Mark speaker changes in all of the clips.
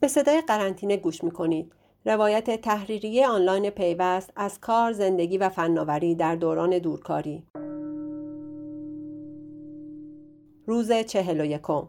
Speaker 1: به صدای قرنطینه گوش می‌کنید. روایت تحریریه آنلاین پیوست از کار، زندگی و فناوری در دوران دورکاری. روز 41.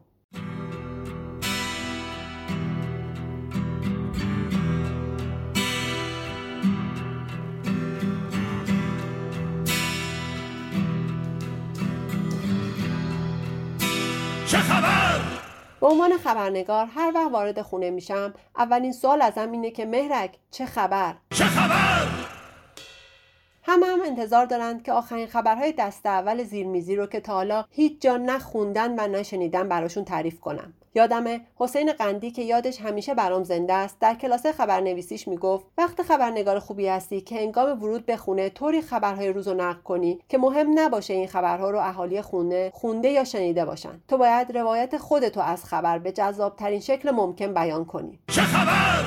Speaker 2: چه خبر؟
Speaker 1: به عنوان خبرنگار هر وقت وارد خونه میشم اولین سوال ازم اینه که مهرک چه خبر؟
Speaker 2: چه خبر؟
Speaker 1: هم انتظار دارند که آخرین خبرهای دست اول زیرمیزی رو که تا حالا هیچ جا نخوندن و نشنیدن براشون تعریف کنم. یادمه حسین قندی که یادش همیشه برام زنده است در کلاس خبرنویسیش میگفت وقت خبرنگار خوبی هستی که هنگام ورود به خونه طوری خبرهای روزو نقل کنی که مهم نباشه این خبرها رو اهالی خونه خونده یا شنیده باشن. تو باید روایت خودتو از خبر به جذابترین شکل ممکن بیان کنی.
Speaker 2: چه خبر؟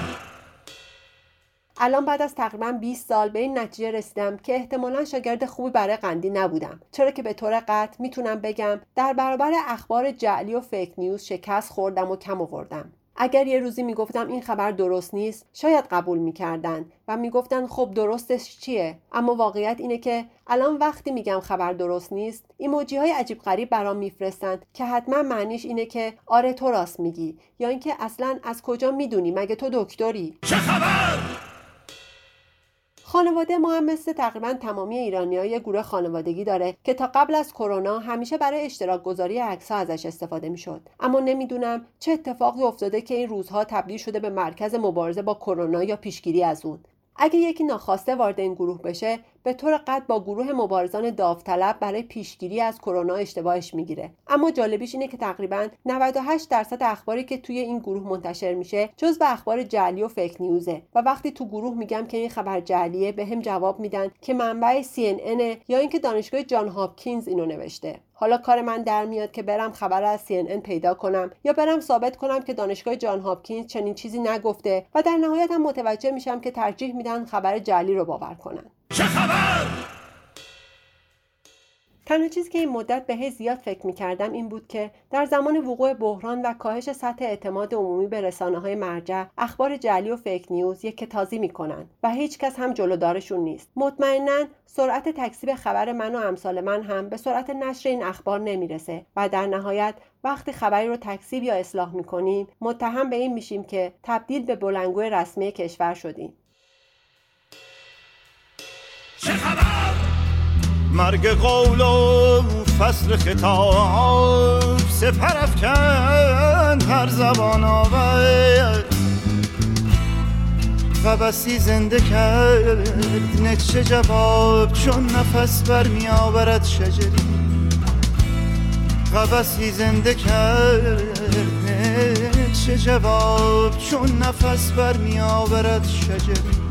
Speaker 1: الان بعد از تقریباً 20 سال به این نتیجه رسیدم که احتمالاً شاگرد خوبی برای قندی نبودم، چرا که به طور قطع میتونم بگم در برابر اخبار جعلی و فیک نیوز شکست خوردم و کم آوردم. اگر یه روزی میگفتم این خبر درست نیست شاید قبول میکردن و میگفتن خب درستش چیه، اما واقعیت اینه که الان وقتی میگم خبر درست نیست ایموجی های عجیب غریب برام میفرستند که حتما معنیش اینه که آره تو راست میگی، یا اینکه اصلاً از کجا میدونی، مگه تو دکتری؟
Speaker 2: چه خبر؟
Speaker 1: خانواده ما هم مثل تقریبا تمامی ایرانی‌ها یه گروه خانوادگی داره که تا قبل از کرونا همیشه برای اشتراک گذاری عکس‌ها ازش استفاده می‌شد. اما نمیدونم چه اتفاقی افتاده که این روزها تبدیل شده به مرکز مبارزه با کرونا یا پیشگیری از اون. اگه یکی ناخواسته وارد این گروه بشه به طور قطع با گروه مبارزان داوطلب برای پیشگیری از کرونا اشتباهش میگیره. اما جالبیش اینه که تقریباً 98% اخباری که توی این گروه منتشر میشه جزو اخبار جعلی و فیک نیوزه و وقتی تو گروه میگم که این خبر جعلیه بهم جواب میدن که منبع CNN یا اینکه دانشگاه جان هاپکینز اینو نوشته. حالا کار من در میاد که برم خبر از CNN پیدا کنم یا برم ثابت کنم که دانشگاه جان هاپکینز چنین چیزی نگفته و در نهایت هم متوجه میشم که ترجیح میدن خبر جعلی رو باور کنن.
Speaker 2: چه خبر؟
Speaker 1: تنها چیزی که این مدت بهش زیاد فکر می‌کردم این بود که در زمان وقوع بحران و کاهش سطح اعتماد عمومی به رسانه‌های مرجع، اخبار جعلی و فیک نیوز یک تازی می‌کنن و هیچ کس هم جلودارشون نیست. مطمئناً سرعت تکذیب خبر من و امثال من هم به سرعت نشر این اخبار نمیرسه و در نهایت وقتی خبری رو تکذیب یا اصلاح می‌کنیم، متهم به این میشیم که تبدیل به بلندگوی رسمی کشور شدیم.
Speaker 2: چه خبر؟
Speaker 3: مرگ قول و فصل خطاب سپر افکند هر زبان آور قبسی زنده کرد نقش جواب چون نفس برمی آورد شجری قبسی زنده کرد نقش جواب چون نفس برمی آورد شجری